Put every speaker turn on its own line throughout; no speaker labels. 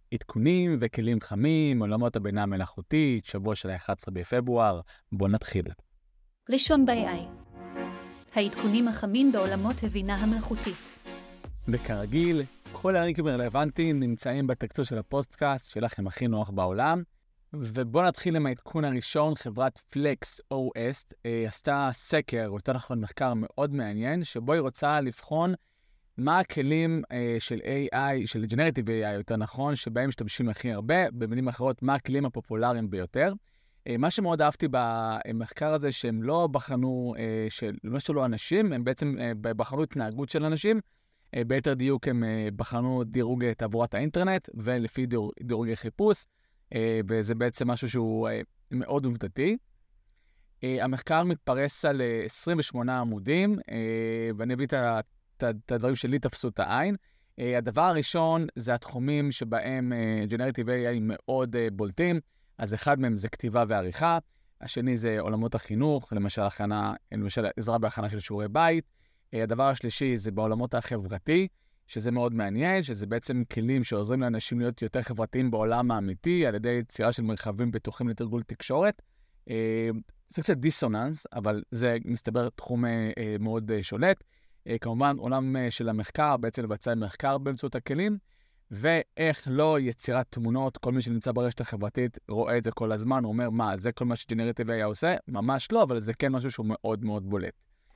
עדכונים וכלים חמים, עולמות הבינה המלאכותית, שבוע של ה-11 בפברואר. בואו נתחיל.
ראשון ב-AI, העדכונים החמים בעולמות הבינה המלאכותית.
וכרגיל, כל הלינקים הרלוונטיים נמצאים בתקציר של הפודקאסט שלכם הכי נוח בעולם. ובואו נתחיל עם העדכון הראשון. חברת פלקס OS עשתה סקר, או יותר נכון מחקר מאוד מעניין, שבו היא רוצה לבחון מה הכלים של AI, של Generative AI יותר נכון, שבהם משתמשים הכי הרבה, במילים אחרות, מה הכלים הפופולריים ביותר. מה שמאוד אהבתי במחקר הזה, שהם לא בחנו, לא שלא אנשים, הם בעצם בחנו התנהגות של אנשים, ביתר דיוק הם בחנו דירוג תעבורת האינטרנט, ולפי דירוגי חיפוש, וזה בעצם משהו שהוא מאוד עובדתי. המחקר מתפרס על 28 עמודים, ואני אביא את הדברים שלי תפסו את העין. הדבר הראשון זה התחומים שבהם Generative AI מאוד בולטים. אז אחד מהם זה כתיבה ועריכה, השני זה עולמות החינוך, למשל עזרה בהכנה של שיעורי בית. הדבר השלישי זה בעולמות החברתי, שזה מאוד מעניין, שזה בעצם כלים שעוזרים לאנשים להיות יותר חברתיים בעולם האמיתי, על ידי יצירה של מרחבים בטוחים לתרגול תקשורת. זה קצת דיסוננס, אבל זה מסתבר תחום מאוד שולט. כמובן, עולם של המחקר, בעצם לבצע מחקר באמצעות הכלים, ואיך לא יצירת תמונות, כל מי שנמצא ברשת החברתית רואה את זה כל הזמן, הוא אומר, מה, זה כל מה שג'נרטיב AI עושה? ממש לא, אבל זה כן משהו שהוא מאוד מאוד בולט.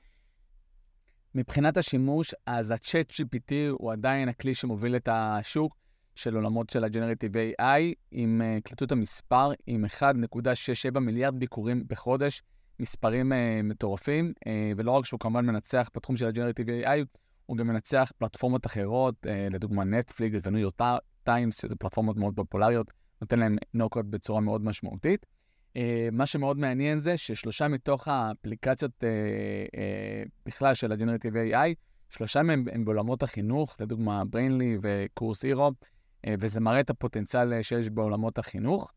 מבחינת השימוש, אז ה-ChatGPT הוא עדיין הכלי שמוביל את השוק של עולמות של ה-Generative AI, עם קלטות המספר, עם 1.67 מיליארד ביקורים בחודש, מספרים מטורפים, ולא רק שהוא כמובן מנצח בתחום של ה-Generative AI, הוא גם מנצח פלטפורמות אחרות, לדוגמה נטפליקס וניו יורק טיימס, שזה פלטפורמות מאוד פופולריות, נותן להם נוקות בצורה מאוד משמעותית. מה שמאוד מעניין זה ששלושה מתוך האפליקציות בכלל של ה-Generative AI, שלושה מהם הם בעולמות החינוך, לדוגמה Brainly וקורס הירו, וזה מראה את הפוטנציאל שיש בעולמות החינוך.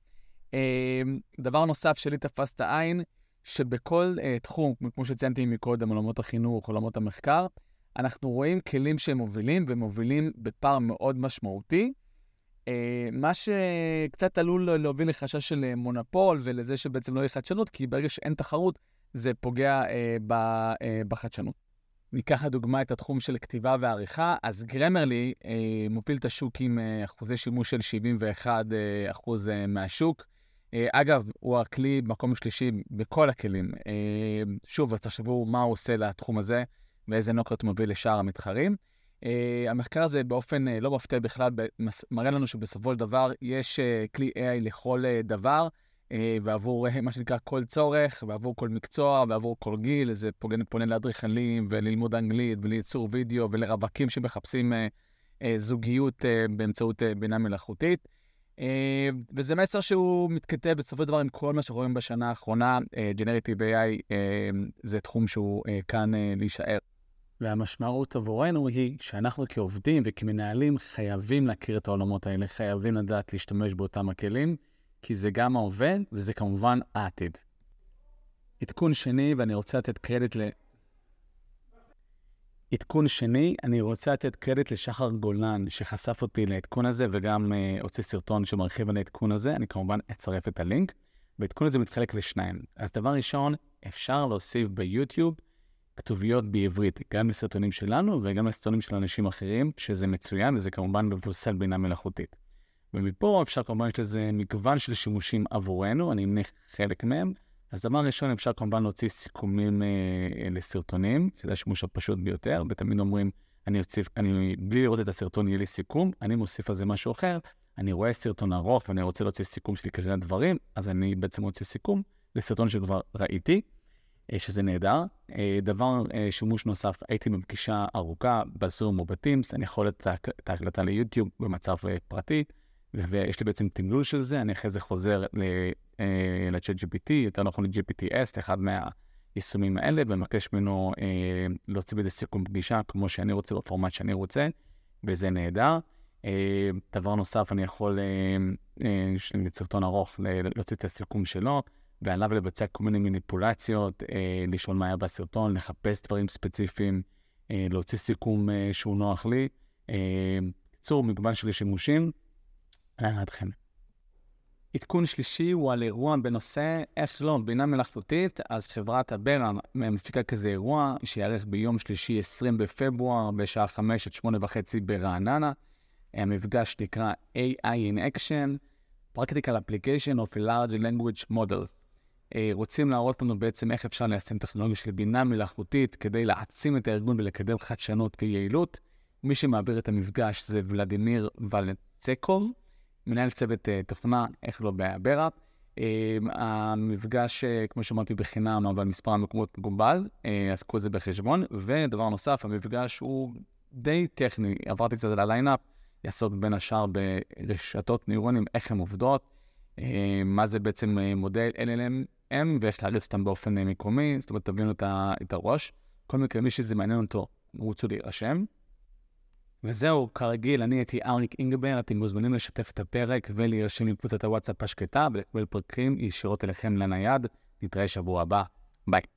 דבר נוסף שלי תפס את העין, שבכל תחום, כמו שציינתי מקודם, עולמות החינוך, עולמות המחקר, אנחנו רואים כלים שהם מובילים, ומובילים בפער מאוד משמעותי, מה שקצת עלול להוביל לחשש של מונופול, ולזה שבעצם לא יהיה חדשנות, כי ברגע שאין תחרות, זה פוגע בחדשנות. ניקח לדוגמה את התחום של כתיבה ועריכה, אז גרמרלי מוביל את השוק עם אחוזי שימוש של 71% מהשוק. אגב, הוא הכלי מקום שלישי בכל הכלים. שוב, אז תחשבו מה הוא עושה לתחום הזה, ואיזה נוקות מוביל לשאר המתחרים. המחקר הזה באופן לא מפתיע בכלל, מראה לנו שבסופו של דבר יש כלי AI לכל דבר, ועבור מה שנקרא כל צורך, ועבור כל מקצוע, ועבור כל גיל. זה פונה לאדריכלים וללמוד אנגלית, ולייצור וידאו, ולרווקים שמחפשים זוגיות באמצעות בינה מלאכותית. וזה מסר שהוא מתכתב בסופו של דבר עם כל מה שרואים בשנה האחרונה. Generative AI זה תחום שהוא כאן להישאר. והמשמעות עבורנו היא שאנחנו כעובדים וכמנהלים חייבים להכיר את העולמות האלה, חייבים לדעת להשתמש באותם הכלים, כי זה גם העובד וזה כמובן העתיד. עדכון שני, ואני רוצה לתת קרדיט לשחר גולן שחשף אותי לעדכון הזה, וגם הוציא סרטון שמרחיב על העדכון הזה. אני כמובן אצרף את הלינק, והעדכון הזה מתחלק לשניים. אז דבר ראשון, אפשר להוסיף ביוטיוב כתוביות בעברית, גם לסרטונים שלנו וגם לסרטונים של אנשים אחרים, שזה מצוין, וזה כמובן מבוסס על בינה מלאכותית. ומפה אפשר כמובן, יש לזה מגוון של שימושים עבורנו, אני אמנה חלק מהם. אז דבר ראשון, אפשר כמובן להוציא סיכומים לסרטונים, שזה השימוש הפשוט ביותר, ותמיד אומרים, בלי לראות את הסרטון יהיה לי סיכום, אני מוסיף על זה משהו אחר, אני רואה סרטון ארוך ואני רוצה להוציא סיכום שלי כזה דברים, אז אני בעצם מוציא סיכום לסרטון שכבר ראיתי, שזה נהדר. דבר שימוש נוסף, הייתי בפגישה ארוכה בזום או בטימס, אני יכול את ההקלטה ליוטיוב במצב פרטי, ויש לי בעצם תמלול של זה, אני אחרי זה חוזר ל-ChatGPT, יותר נכון ל-GPT-S, לאחד מהיישומים האלה, ומבקש ממנו להוציא בזה סיכום פגישה, כמו שאני רוצה, בפורמט שאני רוצה, וזה נהדר. דבר נוסף, אני יכול, יש לי סרטון ארוך, להוציא את הסיכום שלו, ועליו לבצע כל מיני מניפולציות, לשאול מה היה בסרטון, לחפש דברים ספציפיים, להוציא סיכום שהוא נוח לי. קיצור, מגוון של שימושים. אתכם. עדכון שלישי הוא על אירוע בנושא אשלון, בינה מלאכותית. אז חברת הברה מפיקה כזה אירוע שיערך ביום שלישי 20 בפברואר בשעה 5 עד 8:30 ברעננה. המפגש נקרא AI in Action, Practical Application of Large Language Models. רוצים להראות לנו בעצם איך אפשר ליישם טכנולוגיה של בינה מלאכותית כדי להעצים את הארגון ולקדם חדשנות ויעילות. מי שמעביר את המפגש זה ולדימיר ולנצקוב, מנהל צוות תוכנה, איך לא בהברה. המפגש, כמו שאמרתי, בחינם, אבל מספר המקומות מגובל, אז קחו את זה בחשבון. ודבר נוסף, המפגש הוא די טכני, עברתי קצת על הליינאפ, יעסוק בין השאר ברשתות נוירונים, איך הן עובדות, מה זה בעצם מודל LLM ואיך להריץ אותם באופן מקומי, זאת אומרת, תבינו את הראש. כל מקרה, מי שזה מעניין אותו, רוצו להירשם. וזהו, כרגיל, אני הייתי אריק אינגבר, אתם מוזמנים לשתף את הפרק ולהירשם לקבוצת הוואטסאפ השקטה ולקבל פרקים ישירות אליכם לנייד. נתראה שבוע הבא, ביי.